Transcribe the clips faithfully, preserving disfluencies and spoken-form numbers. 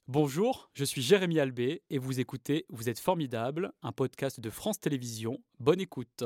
Bonjour, je suis Jérémy Albé et vous écoutez Vous êtes formidable, un podcast de France Télévisions. Bonne écoute.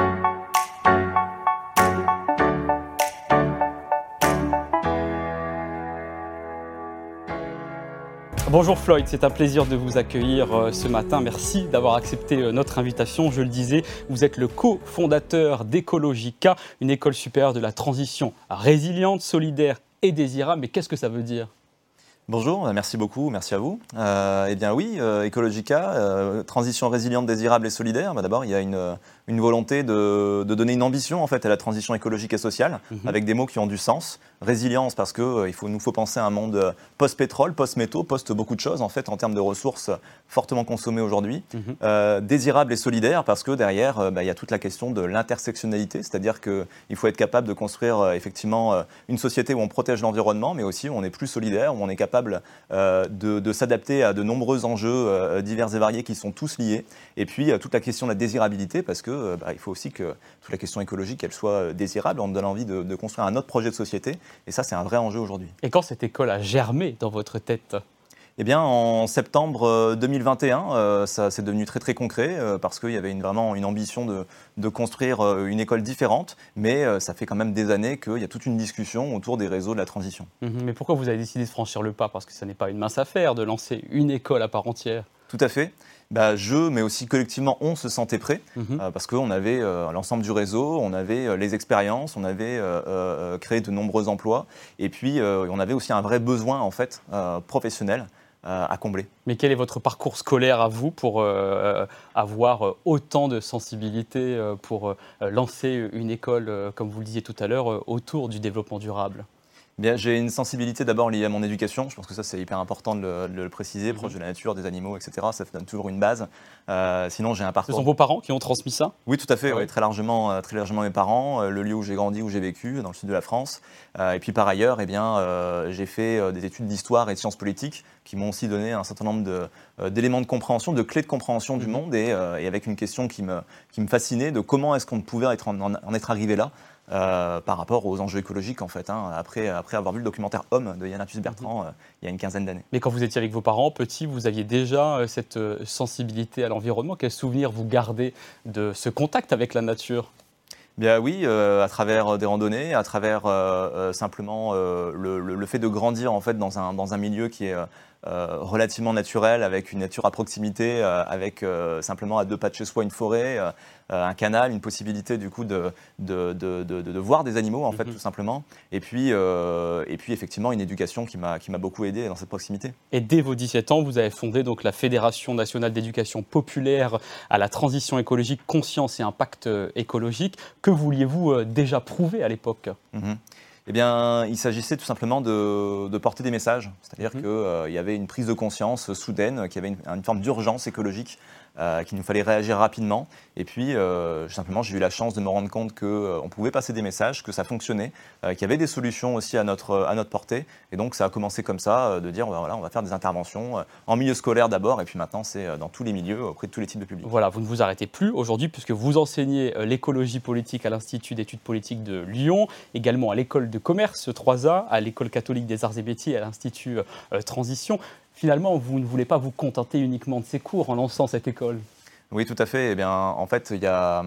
Bonjour Floyd, c'est un plaisir de vous accueillir ce matin. Merci d'avoir accepté notre invitation. Je le disais, vous êtes le cofondateur d'Ecologica, une école supérieure de la transition résiliente, solidaire et désirable. Mais qu'est-ce que ça veut dire ? Bonjour, merci beaucoup, merci à vous. Euh, eh bien oui, euh, Ecologica, euh, transition résiliente, désirable et solidaire. Bah, d'abord, il y a une, une volonté de, de donner une ambition en fait à la transition écologique et sociale, mmh. avec des mots qui ont du sens. Résilience parce qu'il euh, faut, nous faut penser à un monde post-pétrole, post-métaux, post-beaucoup de choses en fait en termes de ressources fortement consommées aujourd'hui. Mmh. Euh, désirable et solidaire parce que derrière, euh, bah, il y a toute la question de l'intersectionnalité, c'est-à-dire qu'il faut être capable de construire euh, effectivement euh, une société où on protège l'environnement, mais aussi où on est plus solidaire, où on est capable Euh, de, de s'adapter à de nombreux enjeux euh, divers et variés qui sont tous liés. Et puis, euh, toute la question de la désirabilité, parce qu'il euh, bah, faut aussi que toute la question écologique, elle soit désirable. On nous donne envie de, de construire un autre projet de société. Et ça, c'est un vrai enjeu aujourd'hui. Et quand cette école a germé dans votre tête ? Eh bien, en septembre deux mille vingt et un, euh, ça c'est devenu très très concret euh, parce qu'il y avait une, vraiment une ambition de, de construire euh, une école différente, mais euh, ça fait quand même des années qu'il y a toute une discussion autour des réseaux de la transition. Mmh, mais pourquoi vous avez décidé de franchir le pas ? Parce que ce n'est pas une mince affaire de lancer une école à part entière. Tout à fait. Bah, je, mais aussi collectivement, on se sentait prêt mmh. euh, parce qu'on avait euh, l'ensemble du réseau, on avait euh, les expériences, on avait euh, euh, créé de nombreux emplois et puis euh, on avait aussi un vrai besoin en fait euh, professionnel à combler. Mais quel est votre parcours scolaire à vous pour euh, avoir autant de sensibilité euh, pour euh, lancer une école, euh, comme vous le disiez tout à l'heure, euh, autour du développement durable ? Bien, j'ai une sensibilité d'abord liée à mon éducation. Je pense que ça, c'est hyper important de le, de le préciser, mmh. proche de la nature, des animaux, et cetera. Ça donne toujours une base. Euh, sinon, j'ai un parcours... Ce sont vos parents qui ont transmis ça ? Oui, tout à fait. Ah oui. Oui. Très largement, très largement mes parents. Le lieu où j'ai grandi, où j'ai vécu, dans le sud de la France. Euh, et puis par ailleurs, eh bien, euh, j'ai fait des études d'histoire et de sciences politiques qui m'ont aussi donné un certain nombre de, euh, d'éléments de compréhension, de clés de compréhension mmh. du monde. Et, euh, et avec une question qui me, qui me fascinait de comment est-ce qu'on pouvait être en, en être arrivé là. Euh, par rapport aux enjeux écologiques en fait, hein, après, après avoir vu le documentaire Homme de Yann Arthus Bertrand euh, il y a une quinzaine d'années. Mais quand vous étiez avec vos parents, petits, vous aviez déjà euh, cette euh, sensibilité à l'environnement. Quels souvenirs vous gardez de ce contact avec la nature ? Bien oui, euh, à travers des randonnées, à travers euh, euh, simplement euh, le, le, le fait de grandir en fait dans un, dans un milieu qui est euh, relativement naturel, avec une nature à proximité, euh, avec euh, simplement à deux pas de chez soi une forêt, euh, un canal, une possibilité du coup de, de, de, de, de voir des animaux en fait mm-hmm. tout simplement, et puis, euh, et puis effectivement une éducation qui m'a, qui m'a beaucoup aidé dans cette proximité. Et dès vos dix-sept ans, vous avez fondé donc la Fédération nationale d'éducation populaire à la transition écologique, conscience et impact écologique. Que vouliez-vous déjà prouver à l'époque ? mm-hmm. Eh bien, il s'agissait tout simplement de, de porter des messages, c'est-à-dire mmh. qu'il euh, y avait une prise de conscience soudaine, qu'il y avait une, une forme d'urgence écologique, euh, qu'il nous fallait réagir rapidement. Et puis, euh, simplement, j'ai eu la chance de me rendre compte qu'on euh, pouvait passer des messages, que ça fonctionnait, euh, qu'il y avait des solutions aussi à notre, à notre portée. Et donc, ça a commencé comme ça, euh, de dire, ben, voilà, on va faire des interventions euh, en milieu scolaire d'abord, et puis maintenant, c'est euh, dans tous les milieux, auprès de tous les types de publics. Voilà, vous ne vous arrêtez plus aujourd'hui, puisque vous enseignez euh, l'écologie politique à l'Institut d'études politiques de Lyon, également à l'école de commerce trois A, à l'école catholique des arts et métiers, à l'Institut euh, Transition. Finalement, vous ne voulez pas vous contenter uniquement de ces cours en lançant cette école ? Oui, tout à fait. Eh bien, en fait, il y a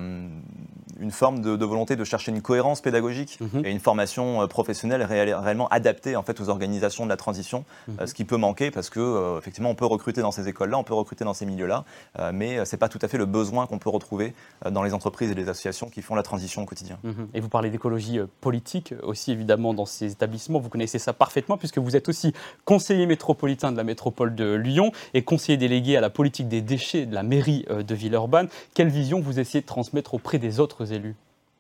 une forme de, de volonté de chercher une cohérence pédagogique mmh. et une formation professionnelle ré- réellement adaptée en fait, aux organisations de la transition, mmh. euh, ce qui peut manquer parce que euh, effectivement, on peut recruter dans ces écoles-là, on peut recruter dans ces milieux-là, euh, mais ce n'est pas tout à fait le besoin qu'on peut retrouver euh, dans les entreprises et les associations qui font la transition au quotidien. Mmh. Et vous parlez d'écologie euh, politique aussi, évidemment, dans ces établissements. Vous connaissez ça parfaitement puisque vous êtes aussi conseiller métropolitain de la métropole de Lyon et conseiller délégué à la politique des déchets de la mairie euh, de Villeurbanne. Quelle vision vous essayez de transmettre auprès des autres élus ?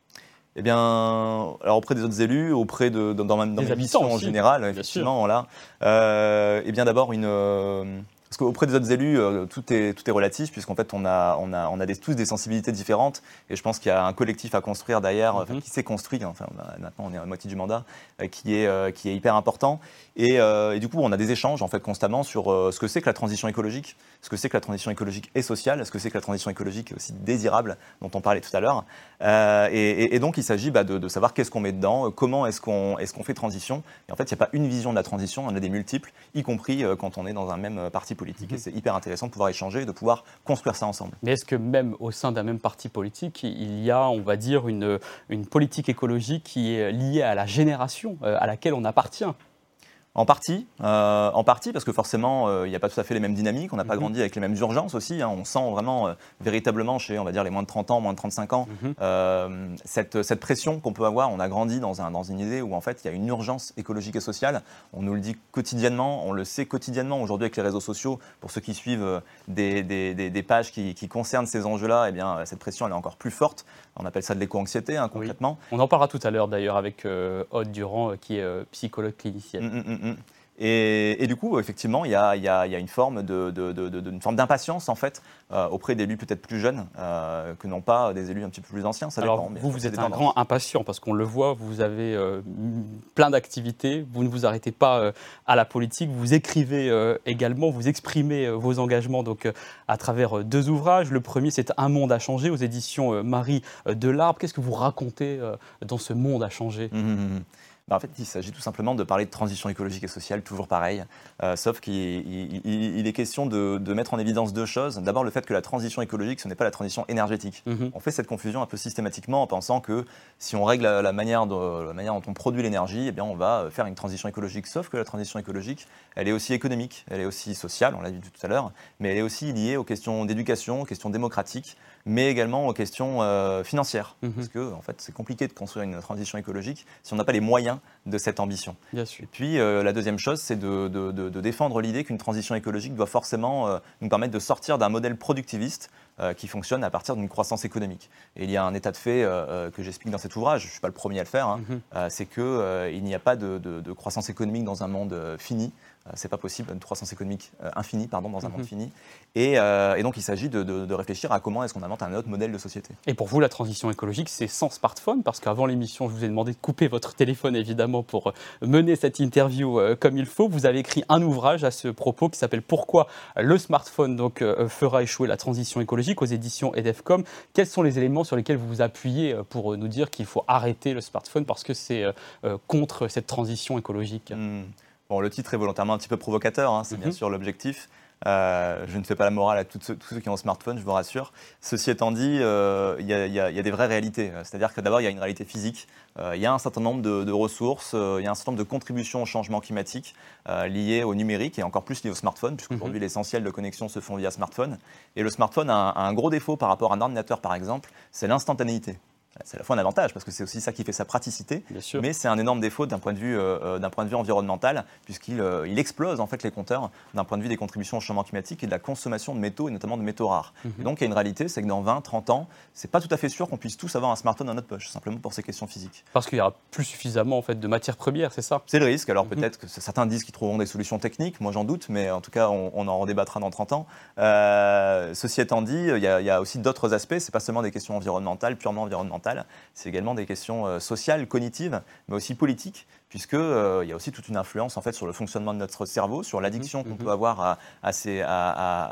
Eh bien, alors auprès des autres élus, auprès de dans, dans ma, dans ma mission en général, effectivement, voilà. Euh, eh bien, d'abord une euh, Parce qu'auprès des autres élus, euh, tout, est, tout est relatif, puisqu'en fait, on a, on a, on a des, tous des sensibilités différentes. Et je pense qu'il y a un collectif à construire derrière, mm-hmm. enfin, qui s'est construit, enfin, maintenant on est à la moitié du mandat, euh, qui, est, euh, qui est hyper important. Et, euh, et du coup, on a des échanges en fait, constamment sur euh, ce que c'est que la transition écologique, ce que c'est que la transition écologique et sociale, ce que c'est que la transition écologique aussi désirable, dont on parlait tout à l'heure. Euh, et, et, et donc, il s'agit bah, de, de savoir qu'est-ce qu'on met dedans, comment est-ce qu'on, est-ce qu'on fait transition. Et en fait, il n'y a pas une vision de la transition, il y en a des multiples, y compris euh, quand on est dans un même parti politique. Mmh. Et c'est hyper intéressant de pouvoir échanger, de pouvoir construire ça ensemble. Mais est-ce que même au sein d'un même parti politique, il y a, on va dire, une, une politique écologique qui est liée à la génération euh, à laquelle on appartient ? En partie, euh, en partie, parce que forcément, il euh, n'y a pas tout à fait les mêmes dynamiques, on n'a pas mm-hmm. grandi avec les mêmes urgences aussi, hein, on sent vraiment, euh, véritablement, chez, on va dire, les moins de trente ans, moins de trente-cinq ans, mm-hmm. euh, cette, cette pression qu'on peut avoir. On a grandi dans, un, dans une idée où, en fait, il y a une urgence écologique et sociale, on nous le dit quotidiennement, on le sait quotidiennement aujourd'hui avec les réseaux sociaux, pour ceux qui suivent des, des, des, des pages qui, qui concernent ces enjeux-là, eh bien, cette pression, elle est encore plus forte, on appelle ça de l'éco-anxiété, hein, concrètement. Oui. On en parlera tout à l'heure, d'ailleurs, avec euh, Aude Durand, euh, qui est euh, psychologue clinicienne. Mm-mm. Et, et du coup, effectivement, il y a, y a, y a une forme de, de, de, de, une forme d'impatience en fait euh, auprès d'élus peut-être plus jeunes euh, que non pas des élus un petit peu plus anciens. Ça Alors dépend, vous, vous êtes un grand impatient parce qu'on le voit, vous avez euh, plein d'activités, vous ne vous arrêtez pas euh, à la politique, vous écrivez euh, également, vous exprimez euh, vos engagements donc euh, à travers euh, deux ouvrages. Le premier, c'est Un monde à changer aux éditions euh, Marie euh, Delarbre. Qu'est-ce que vous racontez euh, dans ce monde à changer ? mmh. Ben en fait, il s'agit tout simplement de parler de transition écologique et sociale, toujours pareil, euh, sauf qu'il il, il, il est question de, de mettre en évidence deux choses. D'abord, le fait que la transition écologique, ce n'est pas la transition énergétique. Mm-hmm. On fait cette confusion un peu systématiquement en pensant que si on règle la, la, manière, de, la manière dont on produit l'énergie, eh bien, on va faire une transition écologique. Sauf que la transition écologique, elle est aussi économique, elle est aussi sociale, on l'a dit tout à l'heure, mais elle est aussi liée aux questions d'éducation, aux questions démocratiques, mais également aux questions euh, financières. Mm-hmm. Parce que, en fait, c'est compliqué de construire une transition écologique si on n'a pas les moyens de cette ambition. Bien sûr. Et puis, euh, la deuxième chose, c'est de, de, de, de défendre l'idée qu'une transition écologique doit forcément euh, nous permettre de sortir d'un modèle productiviste euh, qui fonctionne à partir d'une croissance économique. Et il y a un état de fait euh, que j'explique dans cet ouvrage, je ne suis pas le premier à le faire, hein, mm-hmm. euh, c'est qu'il euh, n'y a pas de, de, de croissance économique dans un monde euh, fini. Euh, c'est pas possible, une croissance économique euh, infinie pardon, dans un mm-hmm. monde fini. Et, euh, et donc, il s'agit de, de, de réfléchir à comment est-ce qu'on invente un autre modèle de société. Et pour vous, la transition écologique, c'est sans smartphone, parce qu'avant l'émission, je vous ai demandé de couper votre téléphone, évidemment, pour mener cette interview euh, comme il faut. Vous avez écrit un ouvrage à ce propos qui s'appelle « Pourquoi le smartphone donc, euh, fera échouer la transition écologique » aux éditions Edefcom. Quels sont les éléments sur lesquels vous vous appuyez pour nous dire qu'il faut arrêter le smartphone parce que c'est euh, contre cette transition écologique ? mmh. Bon, le titre est volontairement un petit peu provocateur, hein, c'est mmh. bien sûr l'objectif. Euh, je ne fais pas la morale à tous ceux, tous ceux qui ont un smartphone, je vous rassure. Ceci étant dit, euh, il y, y, y a des vraies réalités. C'est-à-dire que d'abord, il y a une réalité physique. Euh, il y a un certain nombre de, de ressources, euh, il y a un certain nombre de contributions au changement climatique euh, liées au numérique et encore plus liées au smartphone, puisqu'aujourd'hui, mmh. l'essentiel de connexions se font via smartphone. Et le smartphone a un, a un gros défaut par rapport à un ordinateur, par exemple, c'est l'instantanéité. C'est à la fois un avantage, parce que c'est aussi ça qui fait sa praticité, mais c'est un énorme défaut d'un point de vue, euh, d'un point de vue environnemental, puisqu'il euh, il explose en fait, les compteurs d'un point de vue des contributions au changement climatique et de la consommation de métaux, et notamment de métaux rares. Mm-hmm. Et donc il y a une réalité, c'est que dans vingt, trente ans, c'est pas tout à fait sûr qu'on puisse tous avoir un smartphone dans notre poche, simplement pour ces questions physiques. Parce qu'il y aura plus suffisamment en fait, de matières premières, c'est ça ? C'est le risque. Alors mm-hmm. peut-être que certains disent qu'ils trouveront des solutions techniques, moi j'en doute, mais en tout cas on, on en redébattra dans trente ans. Euh, ceci étant dit, il y, a, il y a aussi d'autres aspects, c'est pas seulement des questions environnementales, purement environnementales, c'est également des questions euh, sociales, cognitives, mais aussi politiques, puisqu'il euh, y a aussi toute une influence en fait, sur le fonctionnement de notre cerveau, sur l'addiction mmh, qu'on mmh. peut avoir à, à, ces, à,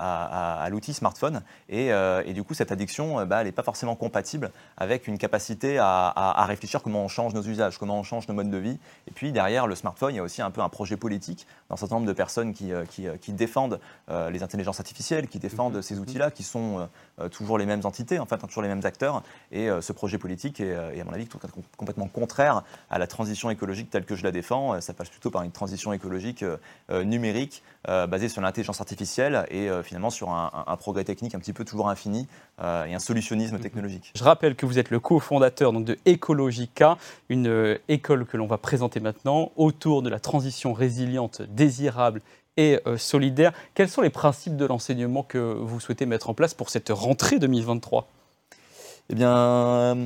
à, à, à l'outil smartphone. Et, euh, et du coup, cette addiction, bah, elle n'est pas forcément compatible avec une capacité à, à, à réfléchir comment on change nos usages, comment on change nos modes de vie. Et puis derrière le smartphone, il y a aussi un peu un projet politique d'un certain nombre de personnes qui, qui, qui défendent euh, les intelligences artificielles, qui défendent mmh. ces outils-là, qui sont euh, toujours les mêmes entités, en fait, toujours les mêmes acteurs. Et euh, ce projet politique est, est à mon avis, complètement contraire à la transition écologique telle que je la défends. Ça passe plutôt par une transition écologique euh, numérique euh, basée sur l'intelligence artificielle et euh, finalement sur un, un, un progrès technique un petit peu toujours infini euh, et un solutionnisme technologique. Je rappelle que vous êtes le cofondateur donc, de Ecologica, une euh, école que l'on va présenter maintenant autour de la transition résiliente, désirable et euh, solidaire. Quels sont les principes de l'enseignement que vous souhaitez mettre en place pour cette rentrée deux mille vingt-trois ? Eh bien, il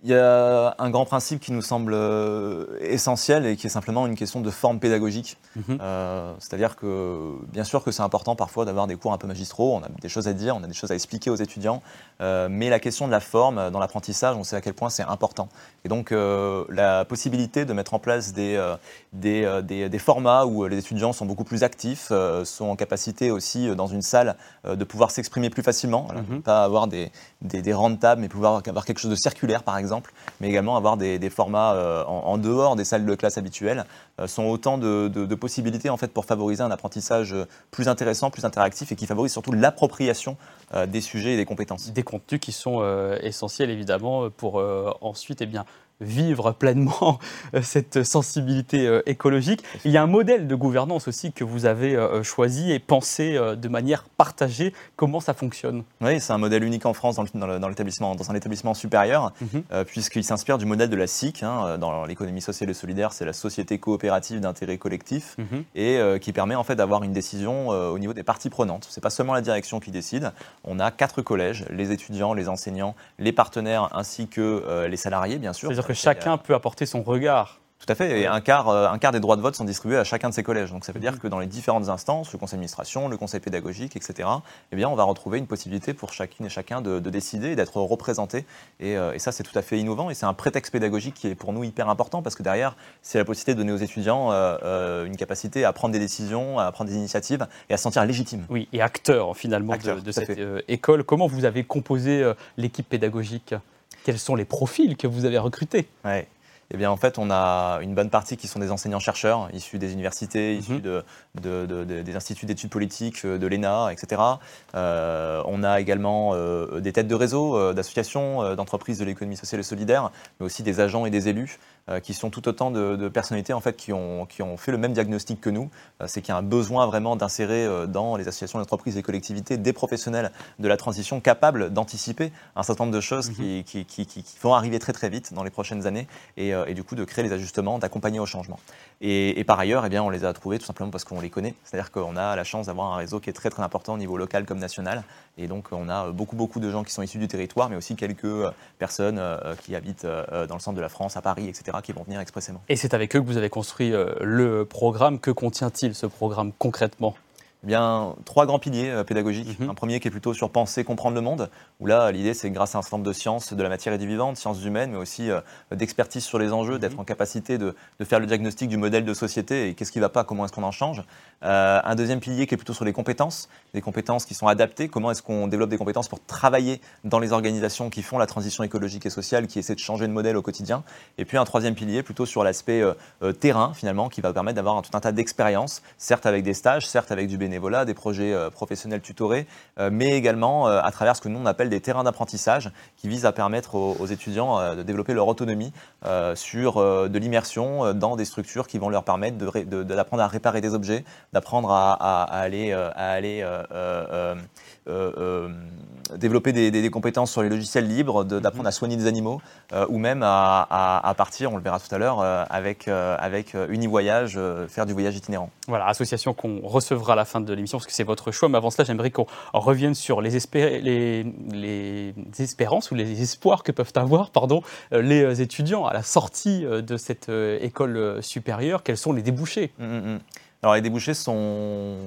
Il y a un grand principe qui nous semble euh, essentiel et qui est simplement une question de forme pédagogique. Mm-hmm. euh, c'est-à-dire que, bien sûr que c'est important parfois d'avoir des cours un peu magistraux, on a des choses à dire, on a des choses à expliquer aux étudiants, euh, mais la question de la forme dans l'apprentissage, on sait à quel point c'est important. Et donc, euh, la possibilité de mettre en place des, euh, des, euh, des, des formats où les étudiants sont beaucoup plus actifs, euh, sont en capacité aussi, dans une salle, euh, de pouvoir s'exprimer plus facilement, voilà, mm-hmm. pas avoir des, des, des rangs de table, mais pouvoir avoir quelque chose de circulaire, par exemple. Exemple, mais également avoir des, des formats euh, en, en dehors des salles de classe habituelles, euh, sont autant de, de, de possibilités en fait, pour favoriser un apprentissage plus intéressant, plus interactif et qui favorise surtout l'appropriation euh, des sujets et des compétences. Des contenus qui sont euh, essentiels évidemment pour euh, ensuite eh bien, vivre pleinement cette sensibilité écologique. Il y a un modèle de gouvernance aussi que vous avez choisi et pensé de manière partagée. Comment ça fonctionne ? Oui, c'est un modèle unique en France dans, le, dans, le, dans, l'établissement, dans un établissement supérieur, mm-hmm. euh, puisqu'il s'inspire du modèle de la S I C. Hein, dans l'économie sociale et solidaire, c'est la société coopérative d'intérêt collectif, mm-hmm. et euh, qui permet en fait d'avoir une décision euh, au niveau des parties prenantes. Ce n'est pas seulement la direction qui décide. On a quatre collèges, les étudiants, les enseignants, les partenaires ainsi que euh, les salariés, bien sûr. Que chacun peut apporter son regard. Tout à fait, et un quart, euh, un quart des droits de vote sont distribués à chacun de ces collèges. Donc ça veut dire que dans les différentes instances, le conseil d'administration, le conseil pédagogique, et cetera, eh bien, on va retrouver une possibilité pour chacune et chacun de, de décider et d'être représenté. Et, euh, et ça, c'est tout à fait innovant et c'est un prétexte pédagogique qui est pour nous hyper important parce que derrière, c'est la possibilité de donner aux étudiants euh, euh, une capacité à prendre des décisions, à prendre des initiatives et à se sentir légitime. Oui, et acteur finalement acteur, de, de cette euh, école. Comment vous avez composé euh, l'équipe pédagogique ? Quels sont les profils que vous avez recrutés ? Ouais. Eh bien, en fait, on a une bonne partie qui sont des enseignants-chercheurs, issus des universités, mmh. issus de, de, de, de, des instituts d'études politiques, de l'E N A, et cetera. Euh, on a également euh, des têtes de réseau, euh, d'associations, euh, d'entreprises de l'économie sociale et solidaire, mais aussi des agents et des élus, euh, qui sont tout autant de, de personnalités en fait, qui, ont, qui ont fait le même diagnostic que nous. Euh, c'est qu'il y a un besoin vraiment d'insérer euh, dans les associations, les entreprises et les collectivités des professionnels de la transition capables d'anticiper un certain nombre de choses mmh. qui, qui, qui, qui, qui vont arriver très très vite dans les prochaines années. Et, et du coup de créer les ajustements, d'accompagner au changement. Et, et par ailleurs, eh bien, on les a trouvés tout simplement parce qu'on les connaît. C'est-à-dire qu'on a la chance d'avoir un réseau qui est très très important au niveau local comme national. Et donc on a beaucoup beaucoup de gens qui sont issus du territoire, mais aussi quelques personnes euh, qui habitent euh, dans le centre de la France, à Paris, et cetera, qui vont venir expressément. Et c'est avec eux que vous avez construit euh, le programme. Que contient-il ce programme concrètement ? Eh bien, trois grands piliers euh, pédagogiques. Mm-hmm. Un premier qui est plutôt sur penser, comprendre le monde, où là, l'idée, c'est grâce à un certain nombre de sciences, de la matière et du vivant, de sciences humaines, mais aussi euh, d'expertise sur les enjeux, mm-hmm. d'être en capacité de, de faire le diagnostic du modèle de société et qu'est-ce qui ne va pas, comment est-ce qu'on en change. Euh, un deuxième pilier qui est plutôt sur les compétences, des compétences qui sont adaptées, comment est-ce qu'on développe des compétences pour travailler dans les organisations qui font la transition écologique et sociale, qui essaient de changer de modèle au quotidien. Et puis un troisième pilier plutôt sur l'aspect euh, euh, terrain, finalement, qui va permettre d'avoir un, tout un tas d'expériences, certes avec des stages, certes avec du bénévolat, des projets euh, professionnels tutorés, euh, mais également euh, à travers ce que nous on appelle des terrains d'apprentissage, qui visent à permettre aux, aux étudiants euh, de développer leur autonomie euh, sur euh, de l'immersion euh, dans des structures qui vont leur permettre de, de, de, d'apprendre à réparer des objets, d'apprendre à, à, à aller, euh, à aller euh, euh, euh, euh, développer des, des, des compétences sur les logiciels libres, de, d'apprendre à soigner des animaux, euh, ou même à, à, à partir, on le verra tout à l'heure, euh, avec, euh, avec Univoyage, euh, faire du voyage itinérant. Voilà, association qu'on recevra à la fin de l'émission, parce que c'est votre choix. Mais avant cela, j'aimerais qu'on revienne sur les, espé- les, les espérances ou les espoirs que peuvent avoir pardon, les étudiants à la sortie de cette école supérieure. Quels sont les débouchés ? mmh. Alors, les débouchés sont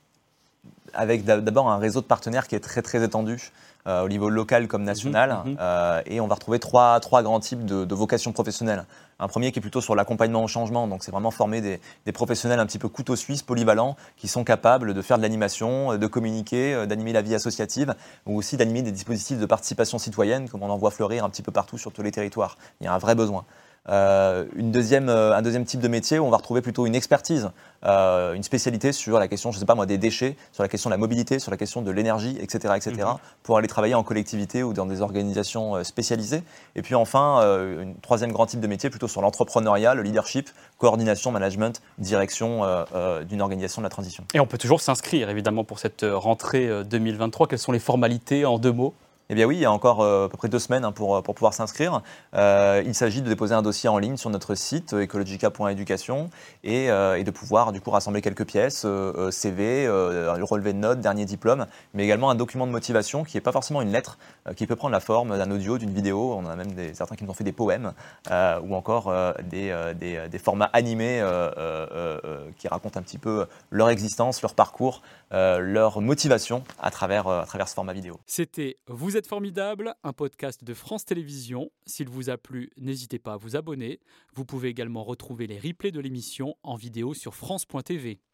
avec d'abord un réseau de partenaires qui est très, très étendu. Euh, au niveau local comme national, mmh, mmh. Euh, et on va retrouver trois, trois grands types de, de vocations professionnelles. Un premier qui est plutôt sur l'accompagnement au changement, donc c'est vraiment former des, des professionnels un petit peu couteau suisse, polyvalents, qui sont capables de faire de l'animation, de communiquer, d'animer la vie associative, ou aussi d'animer des dispositifs de participation citoyenne, comme on en voit fleurir un petit peu partout sur tous les territoires. Il y a un vrai besoin. Euh, une deuxième, euh, un deuxième type de métier où on va retrouver plutôt une expertise, euh, une spécialité sur la question, je sais pas moi, des déchets, sur la question de la mobilité, sur la question de l'énergie, et cetera, et cetera, mmh. pour aller travailler en collectivité ou dans des organisations euh, spécialisées. Et puis enfin, euh, une troisième grand type de métier plutôt sur l'entrepreneuriat, le leadership, coordination, management, direction euh, euh, d'une organisation de la transition. Et on peut toujours s'inscrire évidemment pour cette rentrée deux mille vingt-trois. Quelles sont les formalités en deux mots ? Eh bien oui, il y a encore euh, à peu près deux semaines hein, pour, pour pouvoir s'inscrire. Euh, il s'agit de déposer un dossier en ligne sur notre site euh, ecologica point éducation et, euh, et de pouvoir du coup rassembler quelques pièces, euh, euh, C V, euh, relevé de notes, dernier diplôme, mais également un document de motivation qui n'est pas forcément une lettre, euh, qui peut prendre la forme d'un audio, d'une vidéo. On en a même des, certains qui nous ont fait des poèmes euh, ou encore euh, des, euh, des, des formats animés euh, euh, euh, qui racontent un petit peu leur existence, leur parcours, euh, leur motivation à travers, euh, à travers ce format vidéo. C'était Vous êtes formidable, un podcast de France Télévisions. S'il vous a plu, n'hésitez pas à vous abonner. Vous pouvez également retrouver les replays de l'émission en vidéo sur France point T V.